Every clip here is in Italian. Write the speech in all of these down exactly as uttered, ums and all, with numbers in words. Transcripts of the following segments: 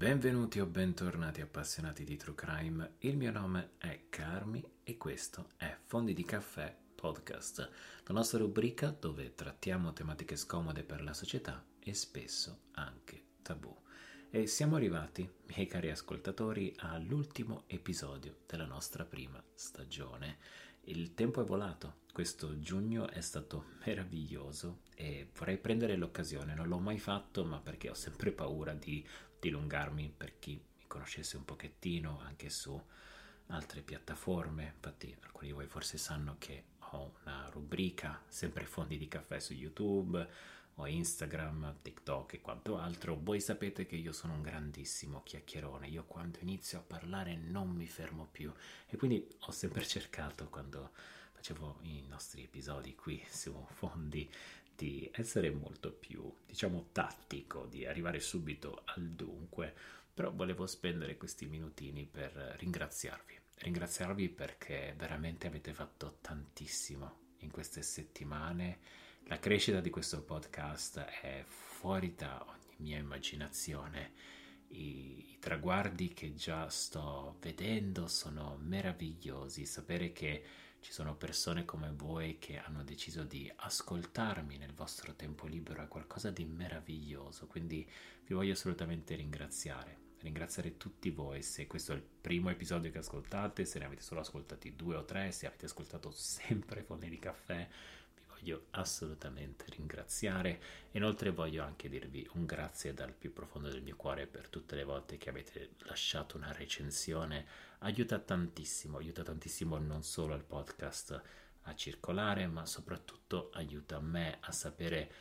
benvenuti o bentornati appassionati di True Crime. Il mio nome è Carmi e questo è Fondi di Caffè Podcast, la nostra rubrica dove trattiamo tematiche scomode per la società e spesso anche tabù. E siamo arrivati, miei cari ascoltatori, all'ultimo episodio della nostra prima stagione. Il tempo è volato, questo giugno è stato meraviglioso e vorrei prendere l'occasione, non l'ho mai fatto ma perché ho sempre paura di dilungarmi per chi mi conoscesse un pochettino anche su altre piattaforme. Infatti alcuni di voi forse sanno che ho una rubrica, sempre Fondi di Caffè, su YouTube, ho Instagram, TikTok e quanto altro. Voi sapete che io sono un grandissimo chiacchierone, io quando inizio a parlare non mi fermo più e quindi ho sempre cercato, quando facevo i nostri episodi qui su Fondi, di essere molto più, diciamo, tattico, di arrivare subito al dunque, però volevo spendere questi minutini per ringraziarvi, ringraziarvi perché veramente avete fatto tantissimo in queste settimane. La crescita di questo podcast è fuori da ogni mia immaginazione. I, i traguardi che già sto vedendo sono meravigliosi. Sapere che ci sono persone come voi che hanno deciso di ascoltarmi nel vostro tempo libero è qualcosa di meraviglioso, quindi vi voglio assolutamente ringraziare. Ringraziare tutti voi, se questo è il primo episodio che ascoltate, se ne avete solo ascoltati due o tre, se avete ascoltato sempre Fondi di Caffè, voglio assolutamente ringraziare. Inoltre voglio anche dirvi un grazie dal più profondo del mio cuore per tutte le volte che avete lasciato una recensione. Aiuta tantissimo, aiuta tantissimo non solo al podcast a circolare, ma soprattutto aiuta me a sapere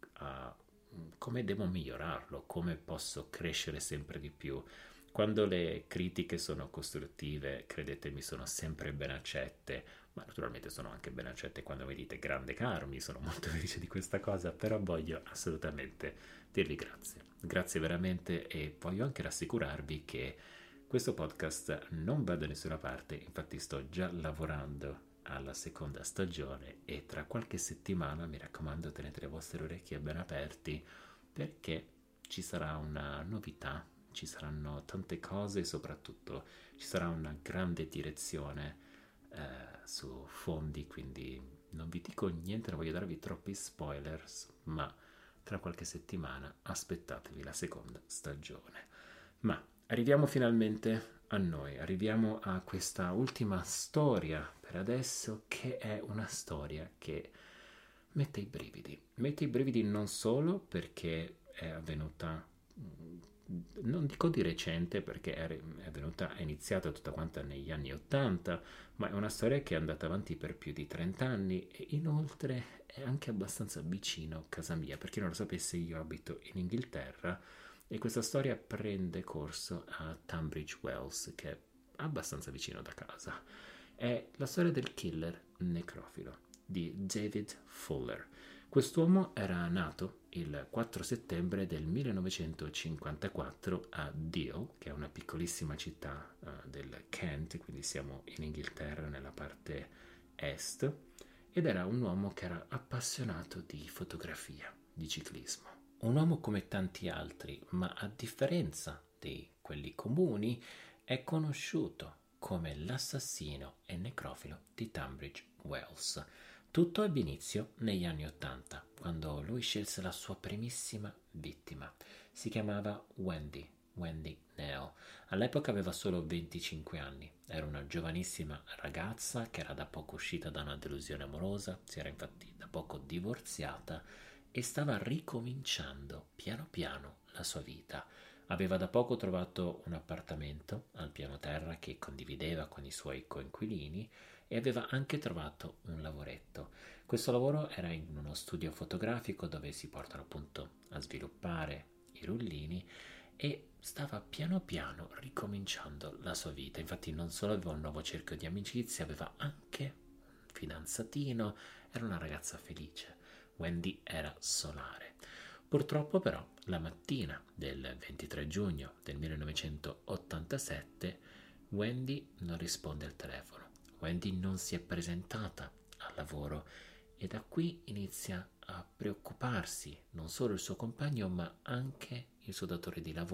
uh, come devo migliorarlo, come posso crescere sempre di più. Quando le critiche sono costruttive, credetemi, sono sempre ben accette, ma naturalmente sono anche ben accette quando mi dite grande Carmi, sono molto felice di questa cosa, però voglio assolutamente dirvi grazie. Grazie veramente, e voglio anche rassicurarvi che questo podcast non va da nessuna parte, infatti sto già lavorando alla seconda stagione e tra qualche settimana, mi raccomando, tenete le vostre orecchie ben aperti perché ci sarà una novità. Ci saranno tante cose e soprattutto ci sarà una grande direzione eh, su Fondi, quindi non vi dico niente, non voglio darvi troppi spoilers, ma tra qualche settimana aspettatevi la seconda stagione. Ma arriviamo finalmente a noi, arriviamo a questa ultima storia per adesso, che è una storia che mette i brividi. Mette i brividi non solo perché è avvenuta, non dico di recente perché è avvenuta, è iniziata tutta quanta negli anni ottanta, ma è una storia che è andata avanti per più di trenta anni e inoltre è anche abbastanza vicino a casa mia. Per chi non lo sapesse, io abito in Inghilterra e questa storia prende corso a Tunbridge Wells, che è abbastanza vicino da casa. È la storia del killer necrofilo di David Fuller. Quest'uomo era nato il quattro settembre del millenovecentocinquantaquattro a Deal, che è una piccolissima città uh, del Kent, quindi siamo in Inghilterra nella parte est, ed era un uomo che era appassionato di fotografia, di ciclismo. Un uomo come tanti altri, ma a differenza di quelli comuni, è conosciuto come l'assassino e necrofilo di Tunbridge Wells. Tutto ebbe inizio negli anni ottanta, quando lui scelse la sua primissima vittima. Si chiamava Wendy, Wendy Neal. All'epoca aveva solo venticinque anni. Era una giovanissima ragazza che era da poco uscita da una delusione amorosa, si era infatti da poco divorziata e stava ricominciando piano piano la sua vita. Aveva da poco trovato un appartamento al piano terra che condivideva con i suoi coinquilini e aveva anche trovato un lavoretto. Questo lavoro era in uno studio fotografico dove si portano appunto a sviluppare i rullini e stava piano piano ricominciando la sua vita. Infatti non solo aveva un nuovo cerchio di amicizia, aveva anche un fidanzatino, era una ragazza felice. Wendy era solare. Purtroppo però la mattina del ventitré giugno del millenovecentottantasette Wendy non risponde al telefono. Wendy non si è presentata al lavoro e da qui inizia a preoccuparsi non solo il suo compagno ma anche il suo datore di lavoro,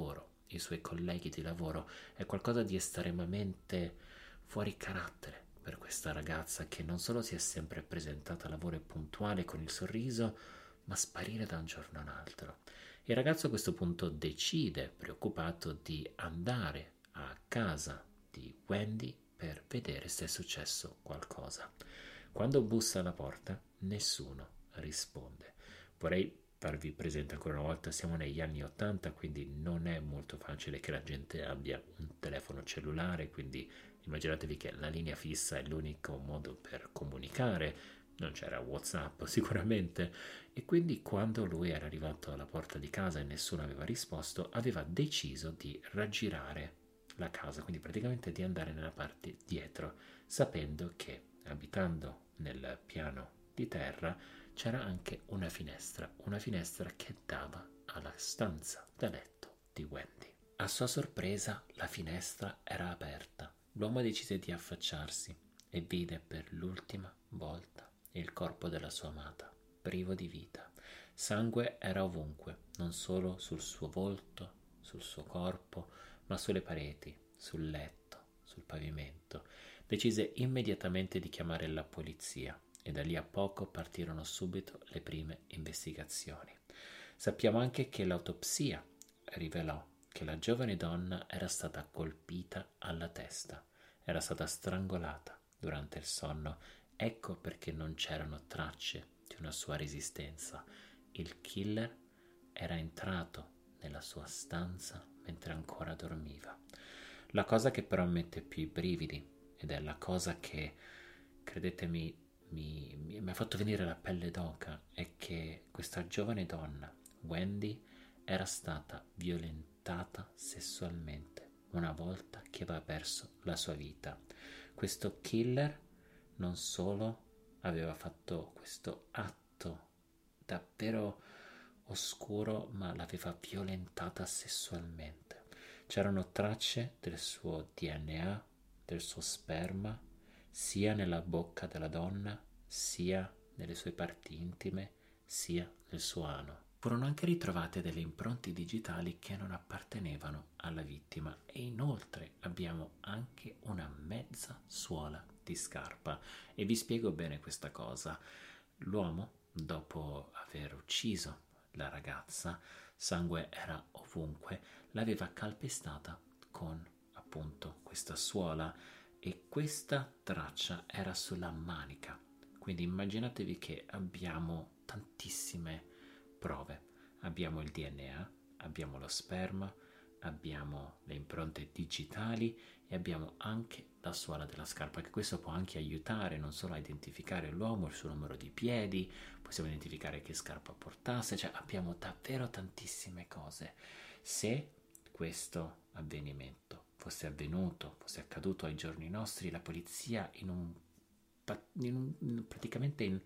i suoi colleghi di lavoro è qualcosa di estremamente fuori carattere per questa ragazza che non solo si è sempre presentata a lavoro e puntuale con il sorriso, ma sparire da un giorno all'altro. Il ragazzo a questo punto decide, preoccupato, di andare a casa di Wendy per vedere se è successo qualcosa. Quando bussa alla porta, nessuno risponde. Vorrei farvi presente ancora una volta, siamo negli anni ottanta, quindi non è molto facile che la gente abbia un telefono cellulare, quindi immaginatevi che la linea fissa è l'unico modo per comunicare, non c'era WhatsApp sicuramente, e quindi quando lui era arrivato alla porta di casa e nessuno aveva risposto, aveva deciso di raggirare la casa, quindi praticamente di andare nella parte dietro, sapendo che abitando nel piano di terra c'era anche una finestra, una finestra che dava alla stanza da letto di Wendy. A sua sorpresa la finestra era aperta. L'uomo decise di affacciarsi e vide per l'ultima volta il corpo della sua amata, privo di vita. Sangue era ovunque, non solo sul suo volto, sul suo corpo, ma sulle pareti, sul letto, sul pavimento. Decise immediatamente di chiamare la polizia e da lì a poco partirono subito le prime investigazioni. Sappiamo anche che l'autopsia rivelò che la giovane donna era stata colpita alla testa, era stata strangolata durante il sonno, ecco perché non c'erano tracce di una sua resistenza. Il killer era entrato nella sua stanza mentre ancora dormiva. La cosa che però mette più i brividi, ed è la cosa che, credetemi, mi, mi, mi ha fatto venire la pelle d'oca, è che questa giovane donna, Wendy, era stata violentata sessualmente una volta che aveva perso la sua vita. Questo killer non solo aveva fatto questo atto davvero oscuro, ma l'aveva violentata sessualmente. C'erano tracce del suo D N A, del suo sperma, sia nella bocca della donna, sia nelle sue parti intime, sia nel suo ano. Furono anche ritrovate delle impronte digitali che non appartenevano alla vittima e inoltre abbiamo anche una mezza suola di scarpa. E vi spiego bene questa cosa. L'uomo, dopo aver ucciso la ragazza, sangue era ovunque, l'aveva calpestata con appunto questa suola e questa traccia era sulla manica. Quindi immaginatevi che abbiamo tantissime prove. Abbiamo il D N A, abbiamo lo sperma, abbiamo le impronte digitali e abbiamo anche la suola della scarpa, che questo può anche aiutare non solo a identificare l'uomo, il suo numero di piedi, possiamo identificare che scarpa portasse, cioè abbiamo davvero tantissime cose. Se questo avvenimento fosse avvenuto, fosse accaduto ai giorni nostri, la polizia in un, in un praticamente in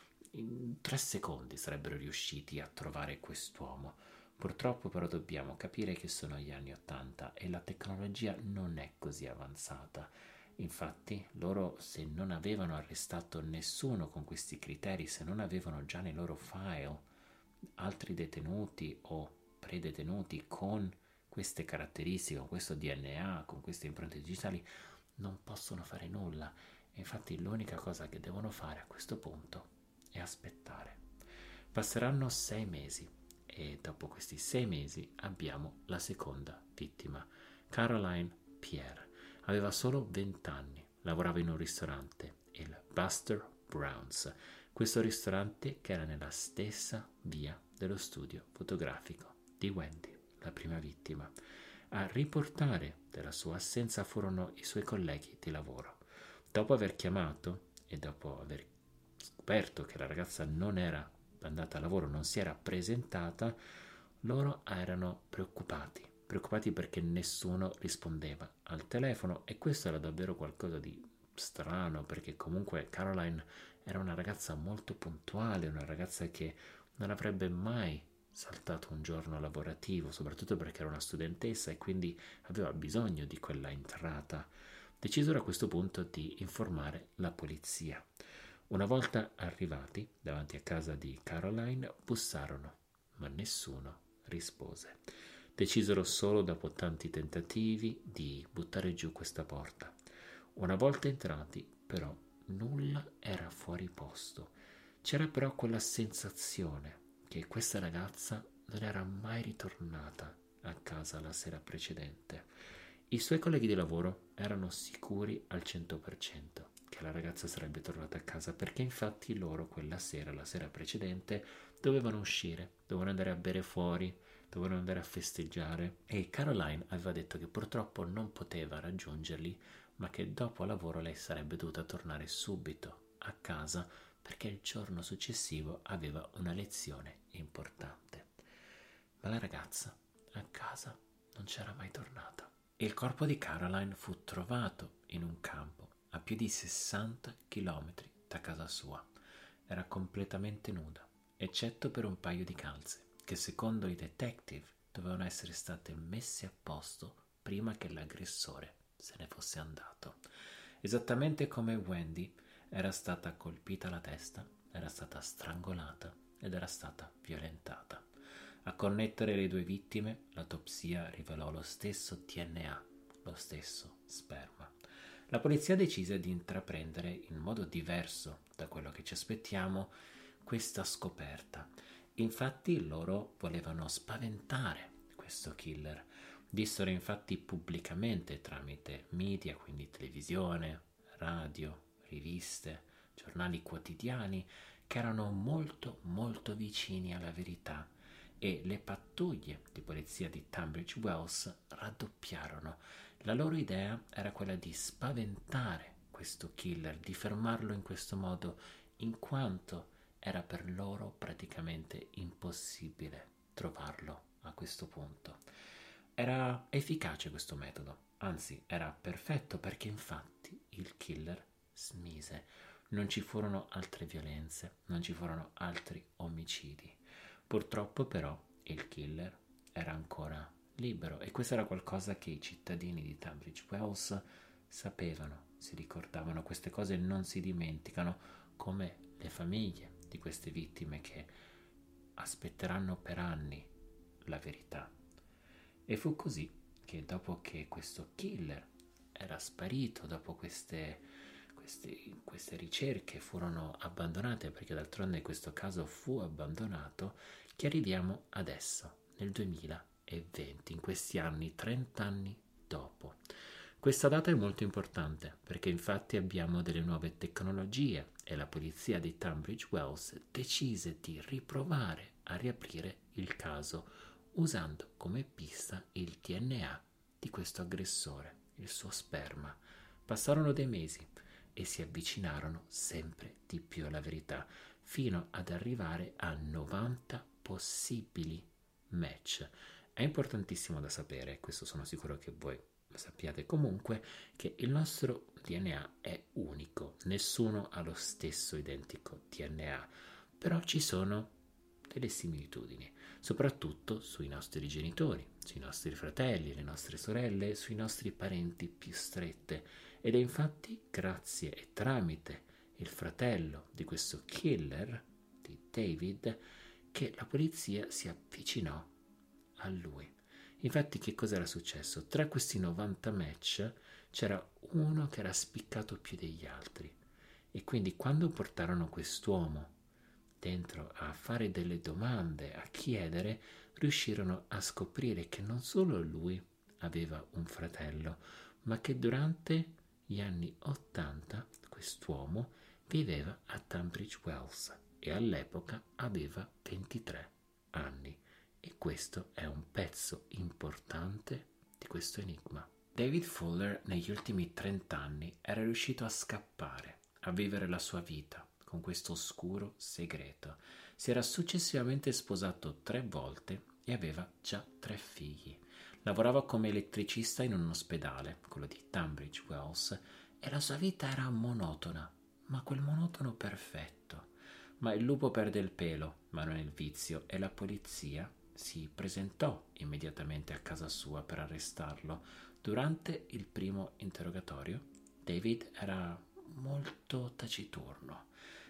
in tre secondi sarebbero riusciti a trovare quest'uomo. Purtroppo però dobbiamo capire che sono gli anni ottanta e la tecnologia non è così avanzata. Infatti loro, se non avevano arrestato nessuno con questi criteri, se non avevano già nei loro file altri detenuti o predetenuti con queste caratteristiche, con questo D N A, con queste impronte digitali, non possono fare nulla. E infatti l'unica cosa che devono fare a questo punto e aspettare. Passeranno sei mesi e dopo questi sei mesi abbiamo la seconda vittima, Caroline Pierre. Aveva solo venti anni, lavorava in un ristorante, il Buster Brown's, questo ristorante che era nella stessa via dello studio fotografico di Wendy, la prima vittima. A riportare della sua assenza furono i suoi colleghi di lavoro. Dopo aver chiamato e dopo aver scoperto che la ragazza non era andata a lavoro, non si era presentata, loro erano preoccupati, preoccupati perché nessuno rispondeva al telefono e questo era davvero qualcosa di strano perché comunque Caroline era una ragazza molto puntuale, una ragazza che non avrebbe mai saltato un giorno lavorativo, soprattutto perché era una studentessa e quindi aveva bisogno di quella entrata. Decisero a questo punto di informare la polizia. Una volta arrivati davanti a casa di Caroline, bussarono, ma nessuno rispose. Decisero solo dopo tanti tentativi di buttare giù questa porta. Una volta entrati, però, nulla era fuori posto. C'era però quella sensazione che questa ragazza non era mai ritornata a casa la sera precedente. I suoi colleghi di lavoro erano sicuri al cento per cento che la ragazza sarebbe tornata a casa, perché infatti loro quella sera, la sera precedente, dovevano uscire, dovevano andare a bere fuori, dovevano andare a festeggiare, e Caroline aveva detto che purtroppo non poteva raggiungerli, ma che dopo lavoro lei sarebbe dovuta tornare subito a casa perché il giorno successivo aveva una lezione importante. Ma la ragazza a casa non c'era mai tornata. Il corpo di Caroline fu trovato in un campo a più di sessanta chilometri da casa sua. Era completamente nuda, eccetto per un paio di calze, che secondo i detective dovevano essere state messe a posto prima che l'aggressore se ne fosse andato. Esattamente come Wendy era stata colpita alla testa, era stata strangolata ed era stata violentata. A connettere le due vittime, l'autopsia rivelò lo stesso D N A, lo stesso sperma. La polizia decise di intraprendere in modo diverso da quello che ci aspettiamo questa scoperta. Infatti loro volevano spaventare questo killer. Dissero infatti pubblicamente tramite media, quindi televisione, radio, riviste, giornali quotidiani, che erano molto molto vicini alla verità, e le pattuglie di polizia di Tunbridge Wells raddoppiarono. La loro idea era quella di spaventare questo killer, di fermarlo in questo modo, in quanto era per loro praticamente impossibile trovarlo a questo punto. Era efficace questo metodo, anzi era perfetto, perché infatti il killer smise. Non ci furono altre violenze, non ci furono altri omicidi. Purtroppo però il killer era ancora libero, e questo era qualcosa che i cittadini di Tunbridge Wells sapevano, si ricordavano. Queste cose non si dimenticano, come le famiglie di queste vittime che aspetteranno per anni la verità. E fu così che dopo che questo killer era sparito, dopo queste, queste, queste ricerche furono abbandonate, perché d'altronde questo caso fu abbandonato, che arriviamo adesso, nel duemilaventi, in questi anni, trenta anni dopo. Questa data è molto importante perché infatti abbiamo delle nuove tecnologie e la polizia di Tunbridge Wells decise di riprovare a riaprire il caso usando come pista il D N A di questo aggressore, il suo sperma. Passarono dei mesi e si avvicinarono sempre di più alla verità, fino ad arrivare a novanta possibili match. È importantissimo da sapere, questo sono sicuro che voi sappiate comunque, che il nostro D N A è unico, nessuno ha lo stesso identico D N A, però ci sono delle similitudini, soprattutto sui nostri genitori, sui nostri fratelli, le nostre sorelle, sui nostri parenti più strette, ed è infatti grazie e tramite il fratello di questo killer, di David, che la polizia si avvicinò a lui. Infatti che cosa era successo? Tra questi novanta match c'era uno che era spiccato più degli altri, e quindi quando portarono quest'uomo dentro a fare delle domande, a chiedere, riuscirono a scoprire che non solo lui aveva un fratello, ma che durante gli anni ottanta quest'uomo viveva a Tunbridge Wells e all'epoca aveva ventitré anni. E questo è un pezzo importante di questo enigma. David Fuller negli ultimi trent'anni era riuscito a scappare, a vivere la sua vita con questo oscuro segreto. Si era successivamente sposato tre volte e aveva già tre figli. Lavorava come elettricista in un ospedale, quello di Tunbridge Wells, e la sua vita era monotona, ma quel monotono perfetto. Ma il lupo perde il pelo, ma non il vizio, e la polizia si presentò immediatamente a casa sua per arrestarlo. Durante il primo interrogatorio, David era molto taciturno.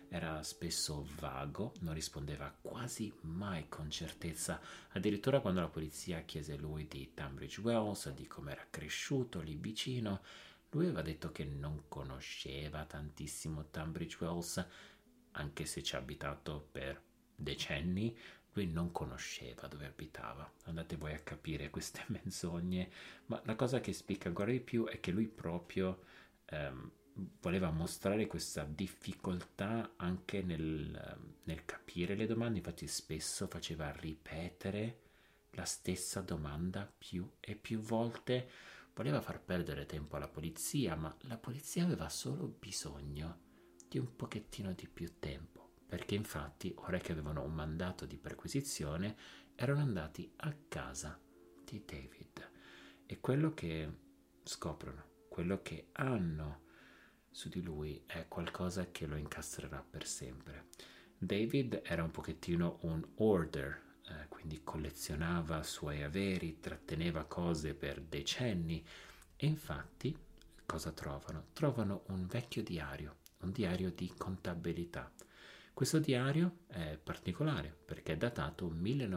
era spesso vago, non rispondeva quasi mai con certezza, addirittura quando la polizia chiese a lui di Tunbridge Wells, di come era cresciuto lì vicino, lui aveva detto che non conosceva tantissimo Tunbridge Wells, anche se ci ha abitato per decenni. Lui non conosceva dove abitava. Andate voi a capire queste menzogne, ma la cosa che spicca ancora di più è che lui proprio ehm, voleva mostrare questa difficoltà anche nel, nel capire le domande, infatti spesso faceva ripetere la stessa domanda più e più volte, voleva far perdere tempo alla polizia, ma la polizia aveva solo bisogno di un pochettino di più tempo, perché infatti ora che avevano un mandato di perquisizione erano andati a casa di David e quello che scoprono, quello che hanno su di lui è qualcosa che lo incastrerà per sempre. David era un pochettino un hoarder, eh, quindi collezionava suoi averi, tratteneva cose per decenni e infatti cosa trovano? Trovano un vecchio diario, un diario di contabilità. Questo diario è particolare perché è datato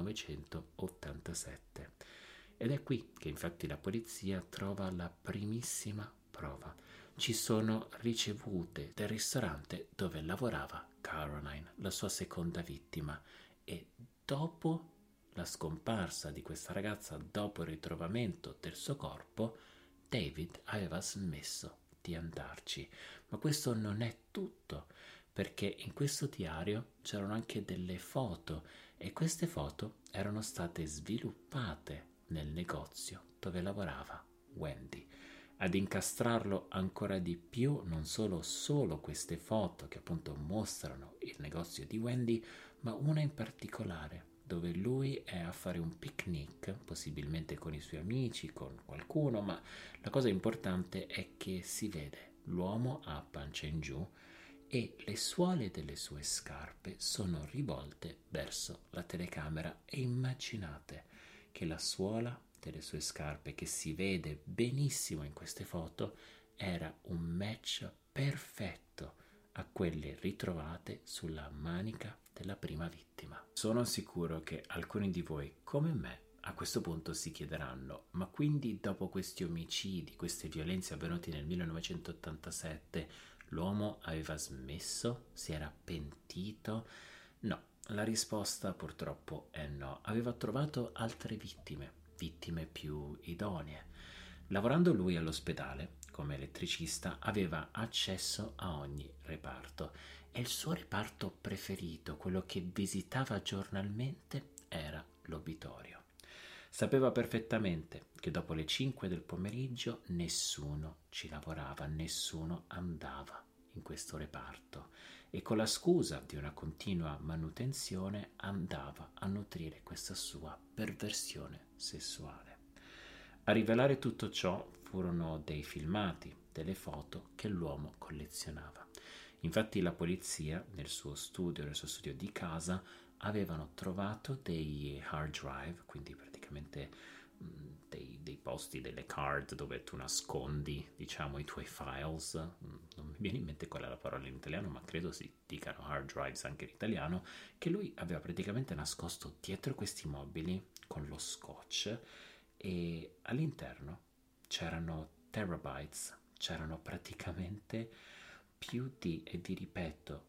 millenovecentottantasette ed è qui che infatti la polizia trova la primissima prova. Ci sono ricevute del ristorante dove lavorava Caroline, la sua seconda vittima, e dopo la scomparsa di questa ragazza, dopo il ritrovamento del suo corpo, David aveva smesso di andarci. Ma questo non è tutto, perché in questo diario c'erano anche delle foto e queste foto erano state sviluppate nel negozio dove lavorava Wendy. Ad incastrarlo ancora di più non solo solo queste foto che appunto mostrano il negozio di Wendy, ma una in particolare dove lui è a fare un picnic, possibilmente con i suoi amici, con qualcuno, ma la cosa importante è che si vede l'uomo a pancia in giù e le suole delle sue scarpe sono rivolte verso la telecamera e immaginate che la suola delle sue scarpe, che si vede benissimo in queste foto, era un match perfetto a quelle ritrovate sulla manica della prima vittima. Sono sicuro che alcuni di voi, come me, a questo punto si chiederanno: ma quindi dopo questi omicidi, queste violenze avvenute nel millenovecentottantasette, l'uomo aveva smesso? Si era pentito? No, la risposta purtroppo è no. Aveva trovato altre vittime, vittime più idonee. Lavorando lui all'ospedale come elettricista aveva accesso a ogni reparto e il suo reparto preferito, quello che visitava giornalmente, era l'obitorio. Sapeva perfettamente che dopo le cinque del pomeriggio nessuno ci lavorava, nessuno andava in questo reparto e con la scusa di una continua manutenzione andava a nutrire questa sua perversione sessuale. A rivelare tutto ciò furono dei filmati, delle foto che l'uomo collezionava. Infatti la polizia nel suo studio, nel suo studio di casa, avevano trovato dei hard drive, quindi praticamente mh, dei, dei posti, delle card dove tu nascondi, diciamo, i tuoi files. Non mi viene in mente qual è la parola in italiano, ma credo si dicano hard drives anche in italiano, che lui aveva praticamente nascosto dietro questi mobili con lo scotch e all'interno c'erano terabytes, c'erano praticamente più di, e vi ripeto,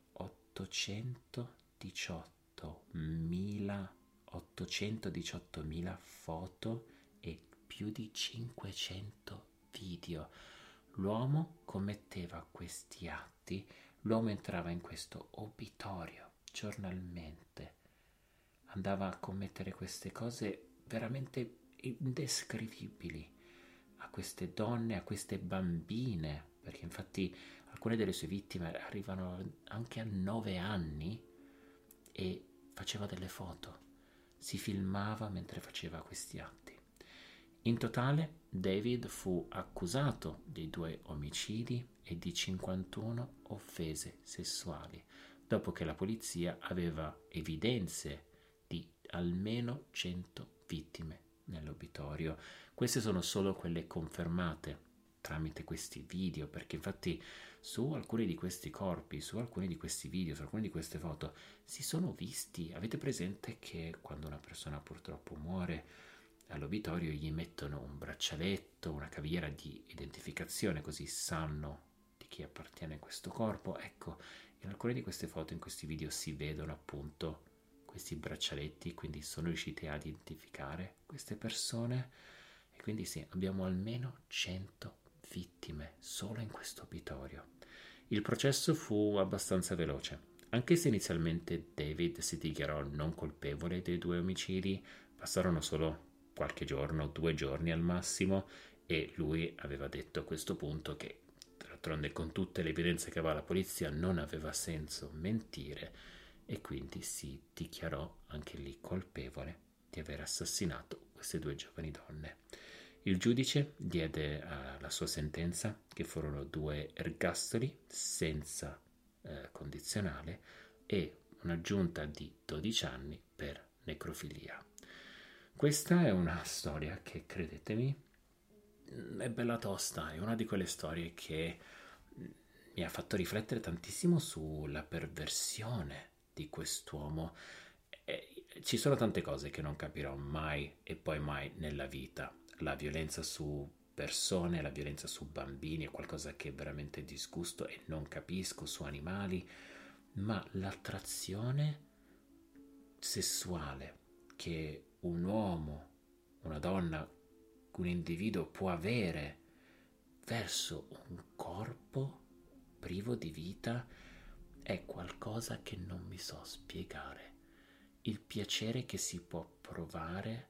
ottocentodiciottomila ottocentodiciottomila foto e più di cinquecento video. L'uomo commetteva questi atti, l'uomo entrava in questo obitorio giornalmente, andava a commettere queste cose veramente indescrivibili a queste donne, a queste bambine, perché infatti alcune delle sue vittime arrivano anche a nove anni e faceva delle foto, si filmava mentre faceva questi atti. In totale David fu accusato di due omicidi e di cinquantuno offese sessuali, dopo che la polizia aveva evidenze di almeno cento vittime nell'obitorio. Queste sono solo quelle confermate. tramite questi video, perché infatti su alcuni di questi corpi, su alcuni di questi video, su alcune di queste foto si sono visti. Avete presente che quando una persona purtroppo muore all'obitorio gli mettono un braccialetto, una caviera di identificazione, così sanno di chi appartiene questo corpo? Ecco, in alcune di queste foto, in questi video si vedono appunto questi braccialetti, quindi sono riusciti a identificare queste persone. E quindi sì, abbiamo almeno cento vittime solo in questo obitorio. Il processo fu abbastanza veloce, anche se inizialmente David si dichiarò non colpevole dei due omicidi. Passarono solo qualche giorno, due giorni al massimo, e lui aveva detto a questo punto che, d'altronde, con tutte le evidenze che aveva la polizia, non aveva senso mentire, e quindi si dichiarò anche lì colpevole di aver assassinato queste due giovani donne. Il giudice diede uh, la sua sentenza, che furono due ergastoli senza eh, condizionale e un'aggiunta di dodici anni per necrofilia. Questa è una storia che, credetemi, è bella tosta, è una di quelle storie che mi ha fatto riflettere tantissimo sulla perversione di quest'uomo. E ci sono tante cose che non capirò mai e poi mai nella vita. La violenza su persone, la violenza su bambini è qualcosa che veramente disgusto e non capisco, su animali, ma l'attrazione sessuale che un uomo, una donna, un individuo può avere verso un corpo privo di vita è qualcosa che non mi so spiegare. Il piacere che si può provare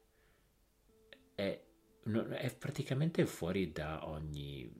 è, è praticamente fuori da ogni,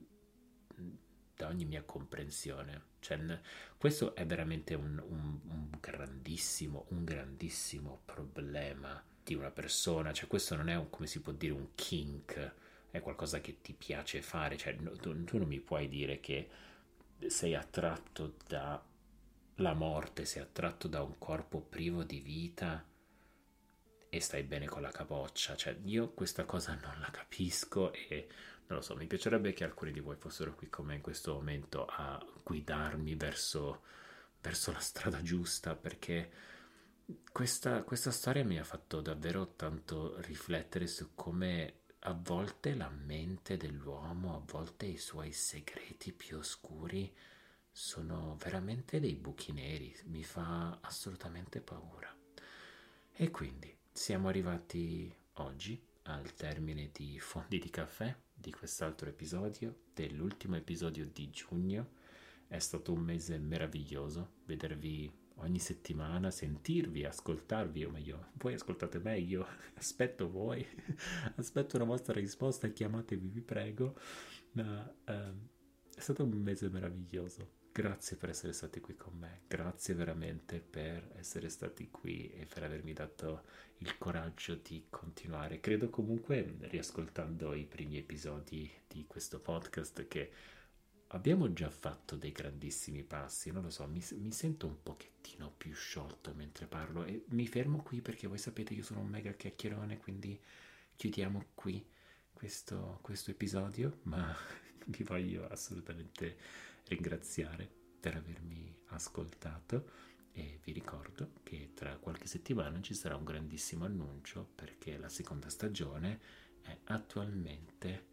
da ogni mia comprensione. Cioè, questo è veramente un, un, un grandissimo, un grandissimo problema di una persona. Cioè, questo non è un, come si può dire, un kink, è qualcosa che ti piace fare. Cioè, no, tu, tu non mi puoi dire che sei attratto da la morte, sei attratto da un corpo privo di vita e stai bene con la capoccia. Cioè, io questa cosa non la capisco e non lo so, mi piacerebbe che alcuni di voi fossero qui con me in questo momento a guidarmi verso, verso la strada giusta, perché questa, questa storia mi ha fatto davvero tanto riflettere su come a volte la mente dell'uomo, a volte i suoi segreti più oscuri sono veramente dei buchi neri. Mi fa assolutamente paura. E quindi siamo arrivati oggi al termine di Fondi di Caffè, di quest'altro episodio, dell'ultimo episodio di giugno. È stato un mese meraviglioso vedervi ogni settimana, sentirvi, ascoltarvi, o meglio, voi ascoltate me, io aspetto voi, aspetto una vostra risposta, chiamatevi, vi prego. Ma ehm, è stato un mese meraviglioso. Grazie per essere stati qui con me, grazie veramente per essere stati qui e per avermi dato il coraggio di continuare. Credo comunque, riascoltando i primi episodi di questo podcast, che abbiamo già fatto dei grandissimi passi. Non lo so, mi, mi sento un pochettino più sciolto mentre parlo e mi fermo qui perché voi sapete che io sono un mega chiacchierone, quindi chiudiamo qui questo, questo episodio, ma vi voglio assolutamente ringraziare per avermi ascoltato e vi ricordo che tra qualche settimana ci sarà un grandissimo annuncio, perché la seconda stagione è attualmente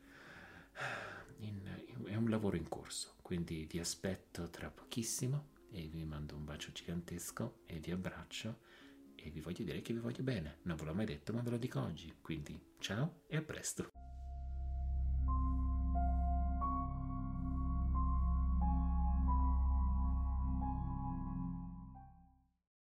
in, è un lavoro in corso, quindi vi aspetto tra pochissimo e vi mando un bacio gigantesco e vi abbraccio e vi voglio dire che vi voglio bene. Non ve l'ho mai detto, ma ve lo dico oggi, quindi ciao e a presto.